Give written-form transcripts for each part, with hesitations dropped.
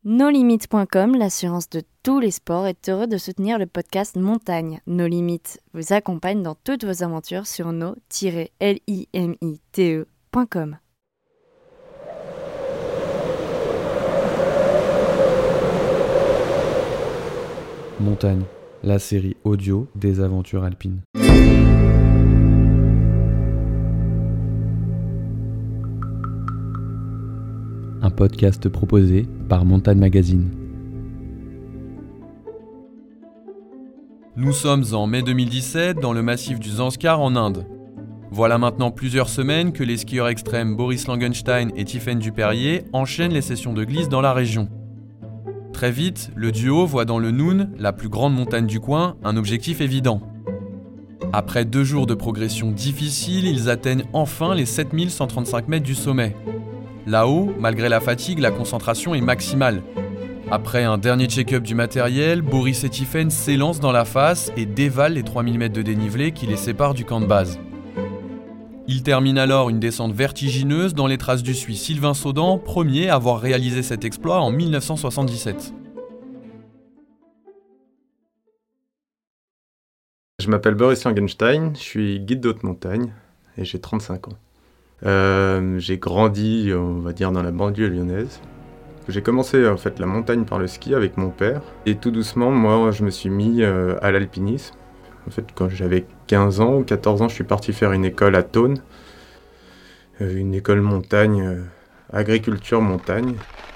NoLimites.com, l'assurance de tous les sports, est heureux de soutenir le podcast Montagne. No Limites vous accompagne dans toutes vos aventures sur no-limite.com. Montagne, la série audio des aventures alpines. Un podcast proposé par Montagne Magazine. Nous sommes en mai 2017 dans le massif du Zanskar en Inde. Voilà maintenant plusieurs semaines que les skieurs extrêmes Boris Langenstein et Tiffaine Duperrier enchaînent les sessions de glisse dans la région. Très vite, le duo voit dans le Noun, la plus grande montagne du coin, un objectif évident. Après 2 jours de progression difficile, ils atteignent enfin les 7135 mètres du sommet. Là-haut, malgré la fatigue, la concentration est maximale. Après un dernier check-up du matériel, Boris et Tiffaine s'élancent dans la face et dévalent les 3000 mètres de dénivelé qui les séparent du camp de base. Ils terminent alors une descente vertigineuse dans les traces du Suisse Sylvain Saudan, premier à avoir réalisé cet exploit en 1977. Je m'appelle Boris Langenstein, je suis guide d'haute montagne et j'ai 35 ans. J'ai grandi, on va dire, dans la banlieue lyonnaise. J'ai commencé en fait la montagne par le ski avec mon père. Et tout doucement, moi, je me suis mis à l'alpinisme. En fait, quand j'avais 15 ans ou 14 ans, je suis parti faire une école à Thônes. Une école montagne, agriculture montagne.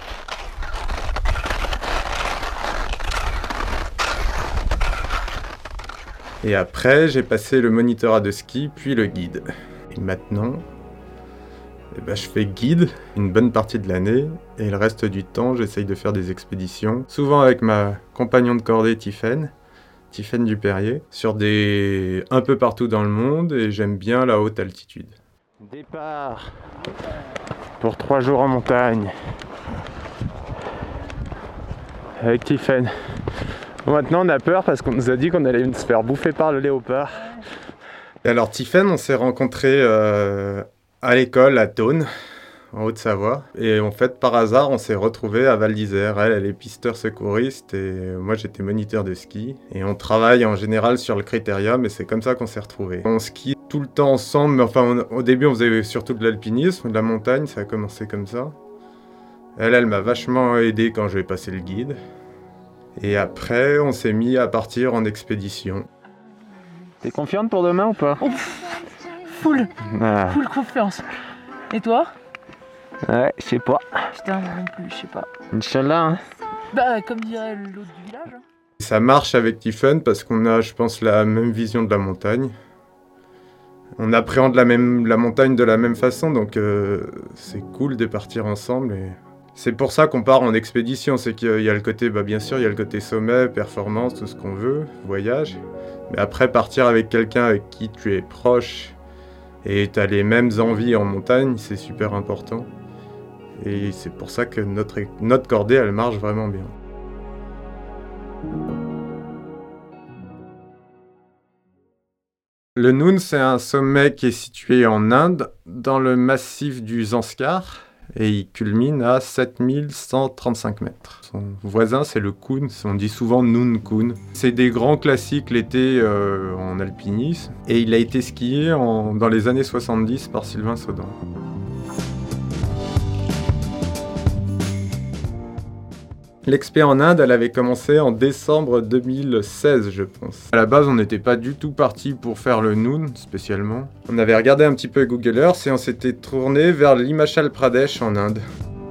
Et après, j'ai passé le monitorat de ski, puis le guide. Et maintenant, je fais guide une bonne partie de l'année et le reste du temps, j'essaye de faire des expéditions, souvent avec ma compagnon de cordée Tiffaine Duperrier, sur un peu partout dans le monde, et j'aime bien la haute altitude. Départ pour 3 jours en montagne avec Tiffaine. Bon, maintenant on a peur parce qu'on nous a dit qu'on allait se faire bouffer par le léopard. Et alors Tiffaine, on s'est rencontrés à l'école à Thônes, en Haute-Savoie. Et en fait, par hasard, on s'est retrouvés à Val d'Isère. Elle est pisteur secouriste et moi, j'étais moniteur de ski. Et on travaille en général sur le critérium et c'est comme ça qu'on s'est retrouvés. On skie tout le temps ensemble, mais enfin, au début, on faisait surtout de l'alpinisme, de la montagne, ça a commencé comme ça. Elle m'a vachement aidé quand je vais passer le guide. Et après, on s'est mis à partir en expédition. T'es confiante pour demain ou pas ? Full confiance. Et toi ? Ouais, je sais pas. Putain, moi non plus, je sais pas. Inch'Allah, hein. Bah, comme dirait l'autre du village. Hein. Ça marche avec Tiffaine parce qu'on a, je pense, la même vision de la montagne. On appréhende la montagne de la même façon, donc c'est cool de partir ensemble. Et c'est pour ça qu'on part en expédition, c'est qu'il y a le côté, bien sûr, il y a le côté sommet, performance, tout ce qu'on veut, voyage. Mais après, partir avec quelqu'un avec qui tu es proche et tu as les mêmes envies en montagne, c'est super important. Et c'est pour ça que notre cordée, elle marche vraiment bien. Le Noun, c'est un sommet qui est situé en Inde, dans le massif du Zanskar. Et il culmine à 7135 mètres. Son voisin, c'est le Kuhn, on dit souvent Noun Kuhn. C'est des grands classiques l'été en alpinisme, et il a été skié dans les années 70 par Sylvain Saudan. L'expé en Inde, elle avait commencé en décembre 2016, je pense. À la base, on n'était pas du tout parti pour faire le Noun, spécialement. On avait regardé un petit peu Google Earth et on s'était tourné vers l'Himachal Pradesh en Inde.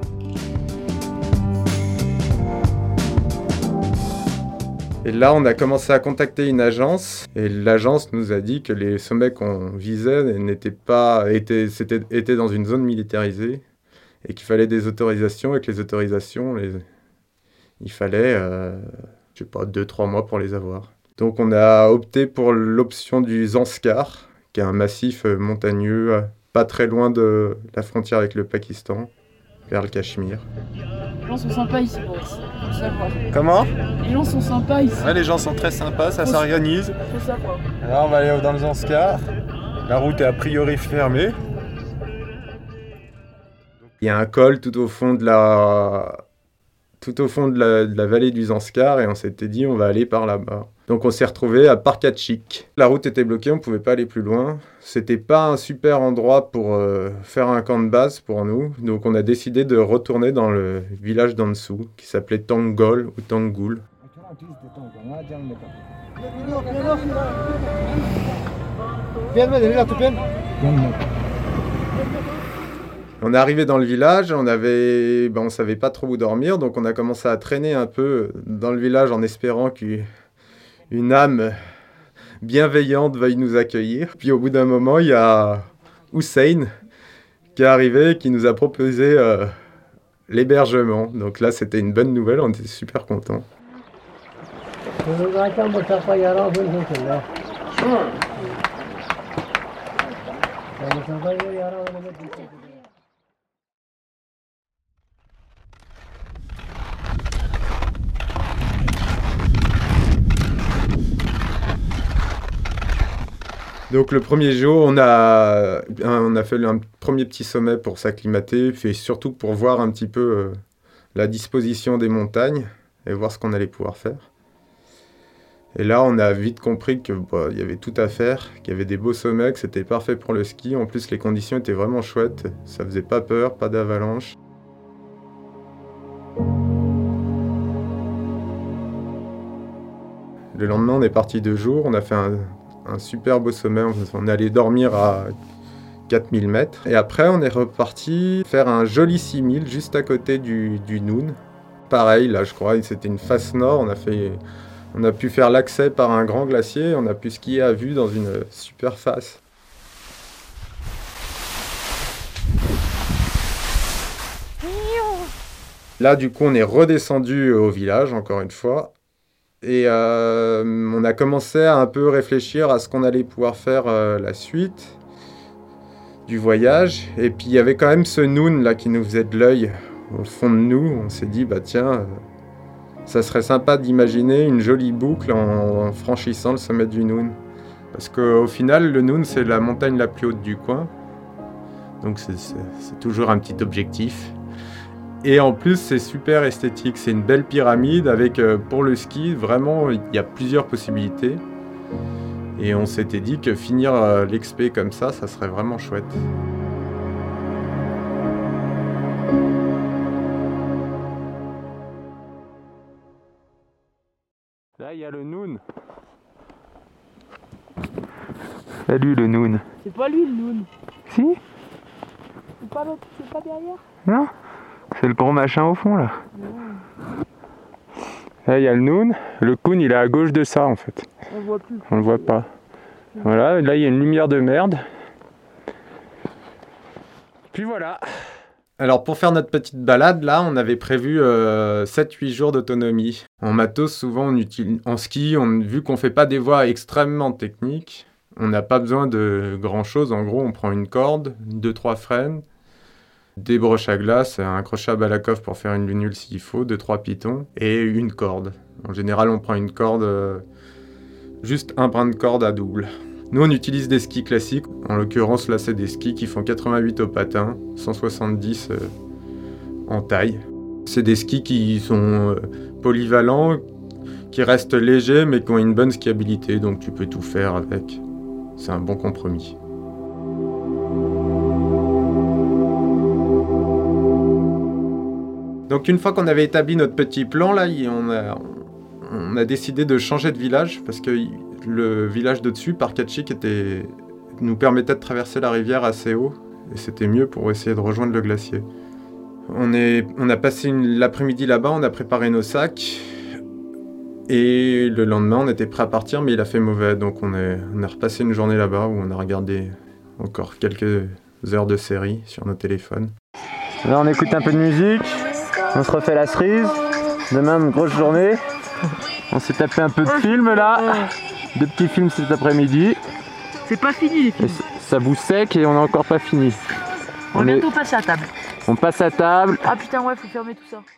Et là, on a commencé à contacter une agence, et l'agence nous a dit que les sommets qu'on visait étaient dans une zone militarisée, et qu'il fallait des autorisations, et que les autorisations, il fallait, 2-3 mois pour les avoir. Donc on a opté pour l'option du Zanskar, qui est un massif montagneux, pas très loin de la frontière avec le Pakistan, vers le Cachemire. Les gens sont sympas ici, Boris. Faut savoir. Comment ? Les gens sont sympas ici. Ouais, les gens sont très sympas, ça s'organise. Faut savoir. Là, on va aller dans le Zanskar. La route est a priori fermée. Il y a un col tout au fond de tout au fond de la vallée du Zanskar et on s'était dit on va aller par là-bas. Donc on s'est retrouvé à Parkatchik. La route était bloquée, on ne pouvait pas aller plus loin. C'était pas un super endroit pour faire un camp de base pour nous. Donc on a décidé de retourner dans le village d'en dessous qui s'appelait Tanggol ou Tangoul. On est arrivé dans le village, on savait pas trop où dormir, donc on a commencé à traîner un peu dans le village en espérant qu'une âme bienveillante veuille nous accueillir. Puis au bout d'un moment, il y a Hussein qui est arrivé et qui nous a proposé l'hébergement. Donc là, c'était une bonne nouvelle, on était super contents. Donc le premier jour, on a fait un premier petit sommet pour s'acclimater, puis surtout pour voir un petit peu la disposition des montagnes et voir ce qu'on allait pouvoir faire. Et là, on a vite compris qu'il y avait tout à faire, qu'il y avait des beaux sommets, que c'était parfait pour le ski. En plus, les conditions étaient vraiment chouettes, ça faisait pas peur, pas d'avalanche. Le lendemain, on est parti 2 jours, on a fait un super beau sommet, on est allé dormir à 4000 mètres. Et après, on est reparti faire un joli 6000 juste à côté du Noun. Pareil, là, je crois, c'était une face nord, on a pu faire l'accès par un grand glacier, on a pu skier à vue dans une super face. Là, du coup, on est redescendu au village, encore une fois. Et on a commencé à un peu réfléchir à ce qu'on allait pouvoir faire la suite du voyage. Et puis il y avait quand même ce Noun là qui nous faisait de l'œil au fond de nous. On s'est dit tiens, ça serait sympa d'imaginer une jolie boucle en franchissant le sommet du Noun. Parce qu'au final, le Noun c'est la montagne la plus haute du coin. Donc c'est toujours un petit objectif. Et en plus, c'est super esthétique. C'est une belle pyramide avec, pour le ski, vraiment, il y a plusieurs possibilités. Et on s'était dit que finir l'expé comme ça serait vraiment chouette. Là, il y a le Noun. Salut le Noun. C'est pas lui le Noun. Si ? C'est pas l'autre, c'est pas derrière. Non ? C'est le gros machin au fond là. Là il y a le Noun, le Kun il est à gauche de ça en fait. On le voit plus. On le voit pas. Voilà, là il y a une lumière de merde. Puis voilà. Alors pour faire notre petite balade là, on avait prévu 7-8 jours d'autonomie. En matos souvent en ski, vu qu'on fait pas des voies extrêmement techniques, on n'a pas besoin de grand chose. En gros on prend une corde, 2-3 freins, des broches à glace, un crochet à Balakov pour faire une lunule s'il faut, 2-3 pitons et une corde. En général, on prend une corde, juste un brin de corde à double. Nous, on utilise des skis classiques. En l'occurrence, là, c'est des skis qui font 88 au patin, 170 en taille. C'est des skis qui sont polyvalents, qui restent légers, mais qui ont une bonne skiabilité, donc tu peux tout faire avec. C'est un bon compromis. Donc une fois qu'on avait établi notre petit plan, là, on a décidé de changer de village parce que le village de dessus, Parkatchik, nous permettait de traverser la rivière assez haut et c'était mieux pour essayer de rejoindre le glacier. On a passé l'après-midi là-bas, on a préparé nos sacs et le lendemain on était prêt à partir mais il a fait mauvais donc on a repassé une journée là-bas où on a regardé encore quelques heures de série sur nos téléphones. Là on écoute un peu de musique. On se refait la cerise. Demain, une grosse journée. On s'est tapé un peu de films là. 2 petits films cet après-midi. C'est pas fini les films. Ça bout sec et on n'a encore pas fini. On va bientôt passer à table. On passe à table. Ah putain ouais, faut fermer tout ça.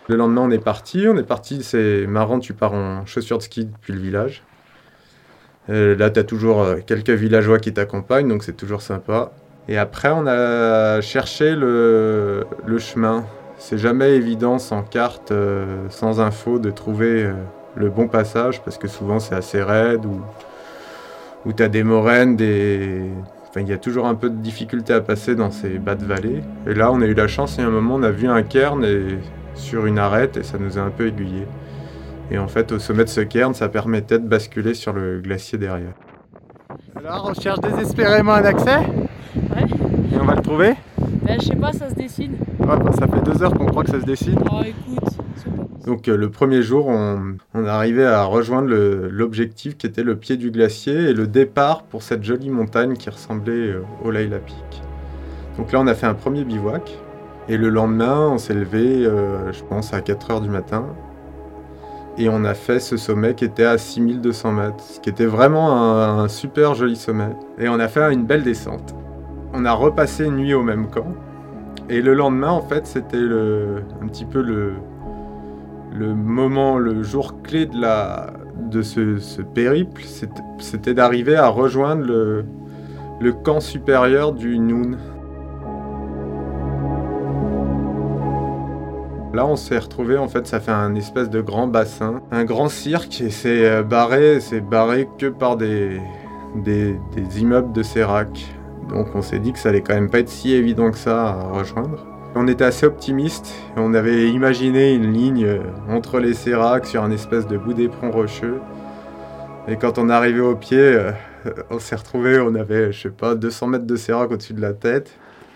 Le lendemain, on est parti, c'est marrant, tu pars en chaussures de ski depuis le village. Là, tu as toujours quelques villageois qui t'accompagnent, donc c'est toujours sympa. Et après, on a cherché le chemin. C'est jamais évident sans carte, sans info, de trouver le bon passage, parce que souvent c'est assez raide, ou tu as des moraines, Enfin, il y a toujours un peu de difficulté à passer dans ces bas de vallée. Et là, on a eu la chance, il y a un moment, on a vu un cairn sur une arête, et ça nous a un peu aiguillés. Et en fait, au sommet de ce cairn, ça permettait de basculer sur le glacier derrière. Alors, on cherche désespérément un accès. Ouais. Et on va le trouver. Je sais pas, ça se dessine. Ouais, ça fait 2 heures qu'on croit que ça se dessine. Oh écoute, c'est pas possible. Donc le premier jour, on est arrivé à rejoindre l'objectif qui était le pied du glacier et le départ pour cette jolie montagne qui ressemblait au Leila Peak. Donc là, on a fait un premier bivouac. Et le lendemain, on s'est levé, je pense, à 4h du matin. Et on a fait ce sommet qui était à 6200 mètres, ce qui était vraiment un super joli sommet. Et on a fait une belle descente. On a repassé une nuit au même camp. Et le lendemain, en fait, c'était un petit peu le moment, le jour clé de ce périple. C'était d'arriver à rejoindre le camp supérieur du Noun. Là, on s'est retrouvé, en fait, ça fait un espèce de grand bassin, un grand cirque, et c'est barré que par des immeubles de sérac. Donc on s'est dit que ça allait quand même pas être si évident que ça à rejoindre. On était assez optimistes, et on avait imaginé une ligne entre les séracs sur un espèce de bout d'éperon rocheux. Et quand on est arrivé au pied, on s'est retrouvé, on avait, je sais pas, 200 mètres de sérac au-dessus de la tête.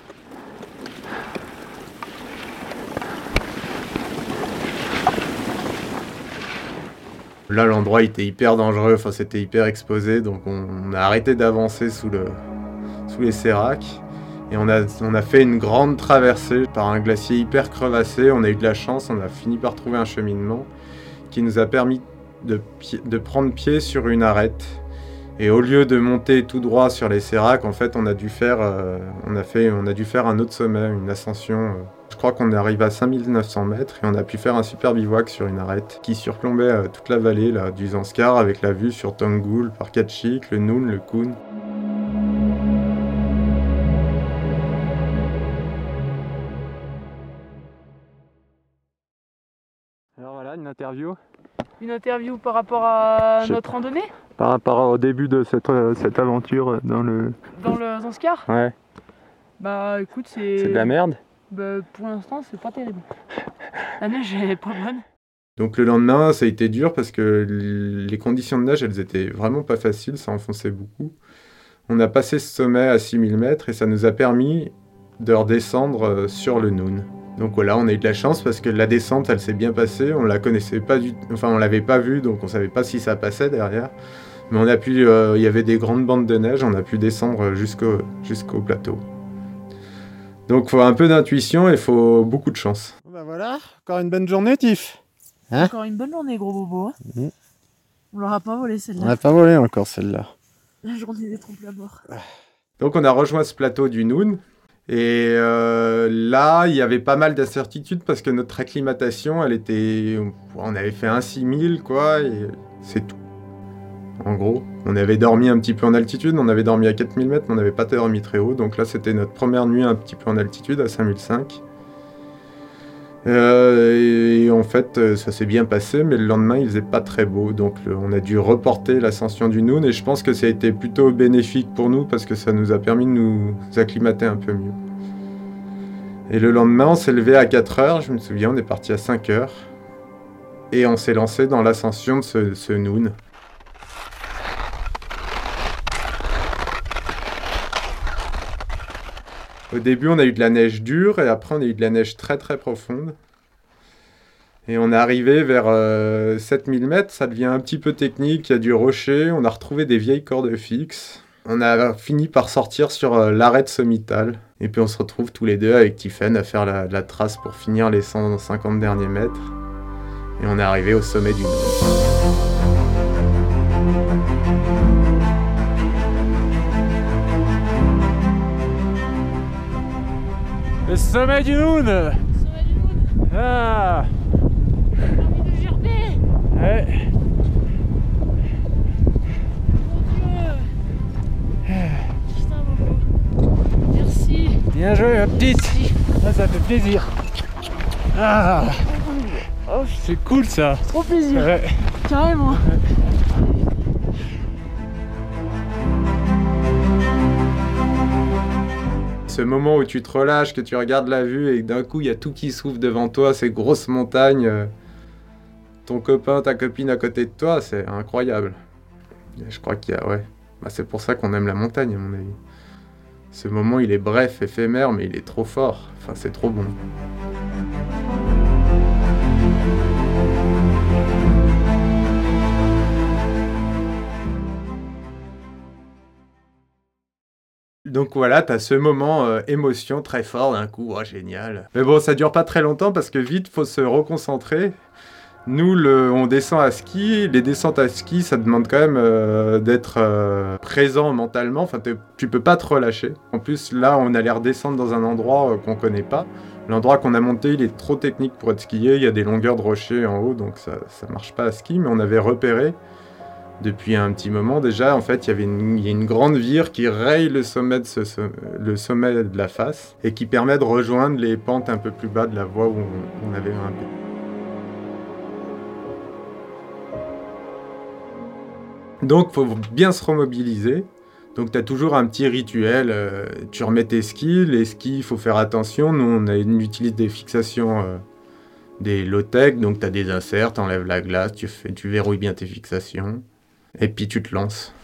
Là, l'endroit était hyper dangereux, enfin c'était hyper exposé, donc on a arrêté d'avancer sous les séracs. Et on a fait une grande traversée par un glacier hyper crevassé. On a eu de la chance, on a fini par trouver un cheminement qui nous a permis de prendre pied sur une arête. Et au lieu de monter tout droit sur les séracs, en fait, on a dû faire un autre sommet, une ascension. Je crois qu'on est arrivé à 5900 mètres et on a pu faire un super bivouac sur une arête qui surplombait toute la vallée là, du Zanskar avec la vue sur Toungul, Parkatchik, le Noun, le Kun. Alors voilà, une interview. Une interview par rapport à notre randonnée Par rapport au début de cette aventure dans le Zanskar. Ouais. Bah écoute, C'est de la merde. Bah, pour l'instant, c'est pas terrible. La neige est pas bonne. Donc le lendemain, ça a été dur parce que les conditions de neige, elles étaient vraiment pas faciles, ça enfonçait beaucoup. On a passé ce sommet à 6000 mètres et ça nous a permis de redescendre sur le Noun. Donc voilà, on a eu de la chance parce que la descente, elle s'est bien passée. On la connaissait pas on l'avait pas vue, donc on savait pas si ça passait derrière. Mais on a pu, il y avait des grandes bandes de neige, on a pu descendre jusqu'au plateau. Donc il faut un peu d'intuition et il faut beaucoup de chance. Bah voilà, encore une bonne journée, Tiff. Hein? Encore une bonne journée, gros bobo. Hein. On l'aura pas volé celle-là. On n'a pas volé encore celle-là. La journée des trompes à mort. Donc on a rejoint ce plateau du Noun. Et là, il y avait pas mal d'incertitudes parce que notre acclimatation, on avait fait un 6000 quoi, et c'est tout. En gros, on avait dormi un petit peu en altitude, on avait dormi à 4000 mètres, mais on n'avait pas dormi très haut. Donc là, c'était notre première nuit un petit peu en altitude, à 5005. Et en fait, ça s'est bien passé, mais le lendemain, il faisait pas très beau. Donc on a dû reporter l'ascension du Noun, et je pense que ça a été plutôt bénéfique pour nous, parce que ça nous a permis de nous acclimater un peu mieux. Et le lendemain, on s'est levé à 4h, je me souviens, on est parti à 5h. Et on s'est lancé dans l'ascension de ce Noun. Au début, on a eu de la neige dure et après, on a eu de la neige très très profonde. Et on est arrivé vers 7000 mètres, ça devient un petit peu technique, il y a du rocher, on a retrouvé des vieilles cordes fixes. On a fini par sortir sur l'arête sommitale. Et puis on se retrouve tous les deux avec Tiffen à faire la trace pour finir les 150 derniers mètres. Et on est arrivé au sommet du Noun. Le sommet du Noun. Sommet du Noun. Ah, Ouais. Putain, Bobo. Merci. Bien joué, ma petite. Ah, ça fait plaisir. Ah, Oh, c'est cool ça. trop plaisir. Ouais. Carrément. Ce moment où tu te relâches, que tu regardes la vue et que d'un coup il y a tout qui s'ouvre devant toi, ces grosses montagnes, ton copain, ta copine à côté de toi, c'est incroyable. Et je crois qu'il y a, ouais, bah, c'est pour ça qu'on aime la montagne à mon avis. Ce moment il est bref, éphémère, mais il est trop fort, enfin c'est trop bon. Donc voilà, t'as ce moment émotion très fort d'un coup, oh, génial. Mais bon, ça dure pas très longtemps parce que vite, faut se reconcentrer. Nous, on descend à ski. Les descentes à ski, ça demande quand même d'être présent mentalement. Enfin, tu peux pas te relâcher. En plus, là, on allait redescendre dans un endroit qu'on connaît pas. L'endroit qu'on a monté, il est trop technique pour être skié. Il y a des longueurs de rochers en haut, donc ça marche pas à ski. Mais on avait repéré depuis un petit moment déjà, en fait, il y a une grande vire qui raye le sommet le sommet de la face et qui permet de rejoindre les pentes un peu plus bas de la voie où on avait grimpé. Donc, il faut bien se remobiliser. Donc, tu as toujours un petit rituel. Tu remets tes skis. Les skis, il faut faire attention. Nous, on utilise des fixations, des low-tech. Donc, tu as des inserts, tu enlèves la glace, tu verrouilles bien tes fixations. Et puis tu te lances.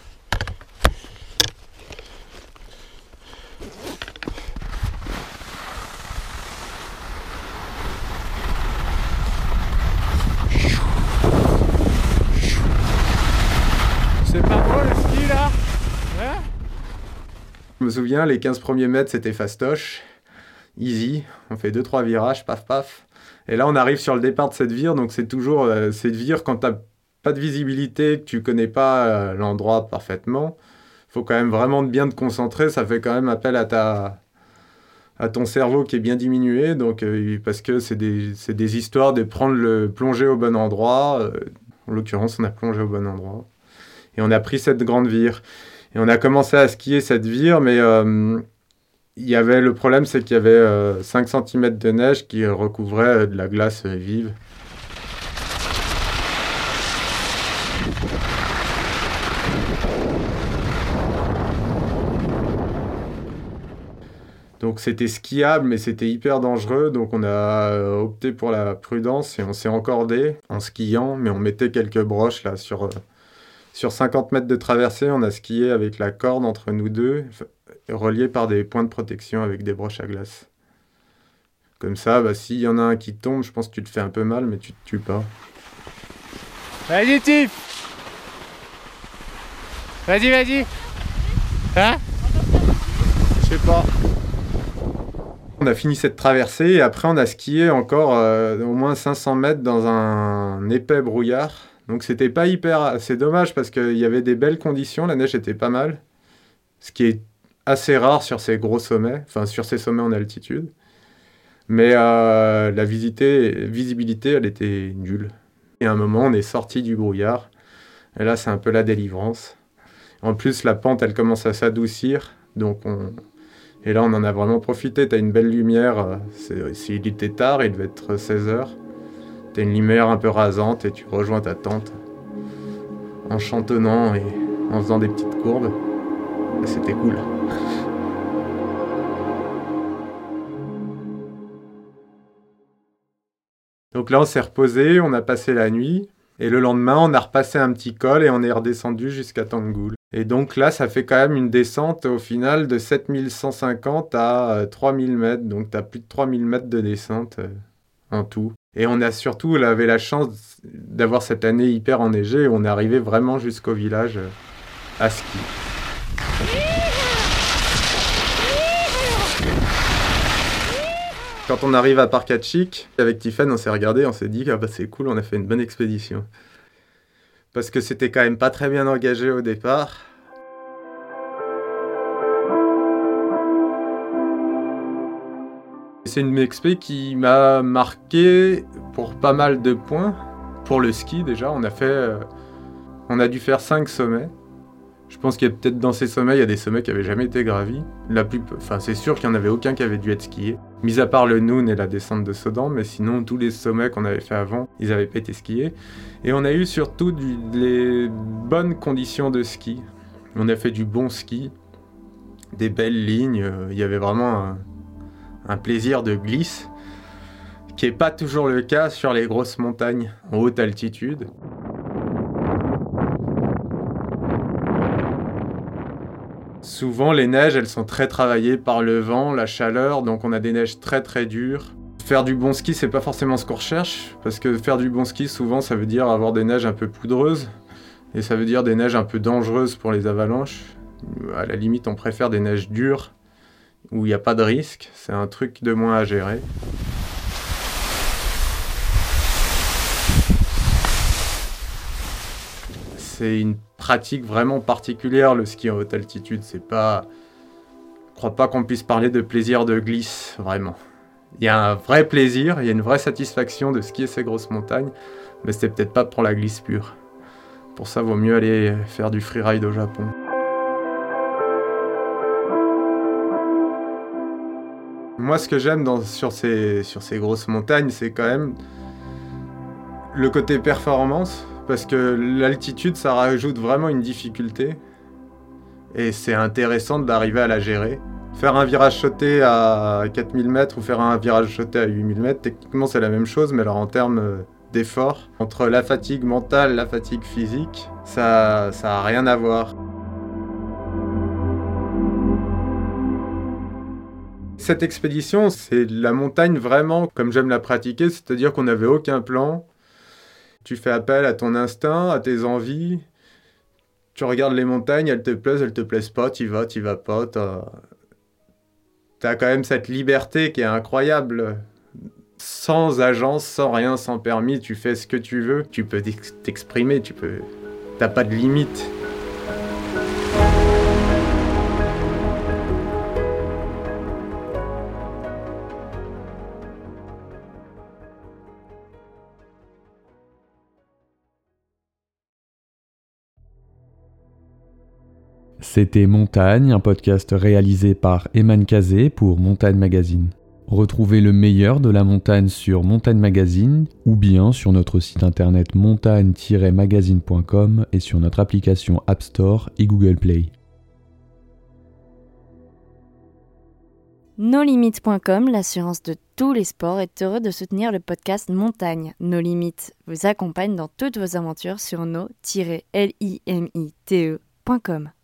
C'est pas beau le ski là, hein? Je me souviens, les 15 premiers mètres, c'était fastoche. Easy. On fait 2-3 virages, paf paf. Et là, on arrive sur le départ de cette vire. Donc c'est toujours cette vire quand t'as pas de visibilité, que tu connais pas l'endroit parfaitement, faut quand même vraiment bien te concentrer. Ça fait quand même appel à ton cerveau qui est bien diminué, donc parce que c'est des histoires de plonger au bon endroit. En l'occurrence, on a plongé au bon endroit et on a pris cette grande vire et on a commencé à skier cette vire, mais il y avait le problème, c'est qu'il y avait 5 cm de neige qui recouvrait de la glace vive. Donc c'était skiable, mais c'était hyper dangereux. Donc on a opté pour la prudence et on s'est encordé en skiant, mais on mettait quelques broches là sur 50 mètres de traversée. On a skié avec la corde entre nous deux, reliée par des points de protection avec des broches à glace. Comme ça, bah, s'il y en a un qui tombe, je pense que tu te fais un peu mal, mais tu te tues pas. Vas-y, Tiff. Vas-y. Hein? Je sais pas. On a fini cette traversée et après on a skié encore au moins 500 mètres dans un épais brouillard. Donc c'était pas hyper... C'est dommage parce qu'il y avait des belles conditions, la neige était pas mal. Ce qui est assez rare sur ces gros sommets, enfin sur ces sommets en altitude. Mais la visibilité, elle était nulle. Et à un moment, on est sorti du brouillard. Et là, c'est un peu la délivrance. En plus, la pente, elle commence à s'adoucir. Et là, on en a vraiment profité. Tu as une belle lumière. Il était tard, il devait être 16h. Tu as une lumière un peu rasante et tu rejoins ta tente en chantonnant et en faisant des petites courbes. Et c'était cool. Donc là, on s'est reposé, on a passé la nuit. Et le lendemain, on a repassé un petit col et on est redescendu jusqu'à Tangoul. Et donc là, ça fait quand même une descente au final de 7150 à 3000 mètres. Donc tu as plus de 3000 mètres de descente en tout. Et on a surtout avait la chance d'avoir cette année hyper enneigée. On est arrivé vraiment jusqu'au village à ski. Quand on arrive à Parkatchik, avec Tiffen, on s'est regardé, on s'est dit ah bah c'est cool, on a fait une bonne expédition. Parce que c'était quand même pas très bien engagé au départ. C'est une expé qui m'a marqué pour pas mal de points. Pour le ski, déjà, on a dû faire 5 sommets. Je pense qu'il y a peut-être dans ces sommets, il y a des sommets qui n'avaient jamais été gravis. C'est sûr qu'il n'y en avait aucun qui avait dû être skié. Mis à part le Noun et la descente de Sedan, mais sinon tous les sommets qu'on avait fait avant, ils n'avaient pas été skiés. Et on a eu surtout les bonnes conditions de ski. On a fait du bon ski, des belles lignes. Il y avait vraiment un plaisir de glisse, qui n'est pas toujours le cas sur les grosses montagnes en haute altitude. Souvent, les neiges, elles sont très travaillées par le vent, la chaleur, donc on a des neiges très très dures. Faire du bon ski, c'est pas forcément ce qu'on recherche, parce que faire du bon ski, souvent, ça veut dire avoir des neiges un peu poudreuses, et ça veut dire des neiges un peu dangereuses pour les avalanches. À la limite, on préfère des neiges dures, où il n'y a pas de risque, c'est un truc de moins à gérer. C'est une pratique vraiment particulière, le ski en haute altitude. Je crois pas qu'on puisse parler de plaisir de glisse, vraiment. Il y a un vrai plaisir, il y a une vraie satisfaction de skier ces grosses montagnes, mais c'est peut-être pas pour la glisse pure. Pour ça, vaut mieux aller faire du freeride au Japon. Moi, ce que j'aime sur ces grosses montagnes, c'est quand même le côté performance. Parce que l'altitude, ça rajoute vraiment une difficulté. Et c'est intéressant d'arriver à la gérer. Faire un virage sauté à 4000 mètres ou faire un virage sauté à 8000 mètres, techniquement c'est la même chose, mais alors en termes d'effort, entre la fatigue mentale et la fatigue physique, ça a rien à voir. Cette expédition, c'est la montagne vraiment comme j'aime la pratiquer, c'est-à-dire qu'on n'avait aucun plan. Tu fais appel à ton instinct, à tes envies. Tu regardes les montagnes, elles te plaisent pas, t'y vas pas. T'as quand même cette liberté qui est incroyable. Sans agence, sans rien, sans permis, tu fais ce que tu veux. Tu peux t'exprimer, t'as pas de limite. C'était Montagne, un podcast réalisé par Eman Kazé pour Montagne Magazine. Retrouvez le meilleur de la montagne sur Montagne Magazine ou bien sur notre site internet montagne-magazine.com et sur notre application App Store et Google Play. NoLimites.com, l'assurance de tous les sports, est heureux de soutenir le podcast Montagne. No Limites vous accompagne dans toutes vos aventures sur no-limite.com.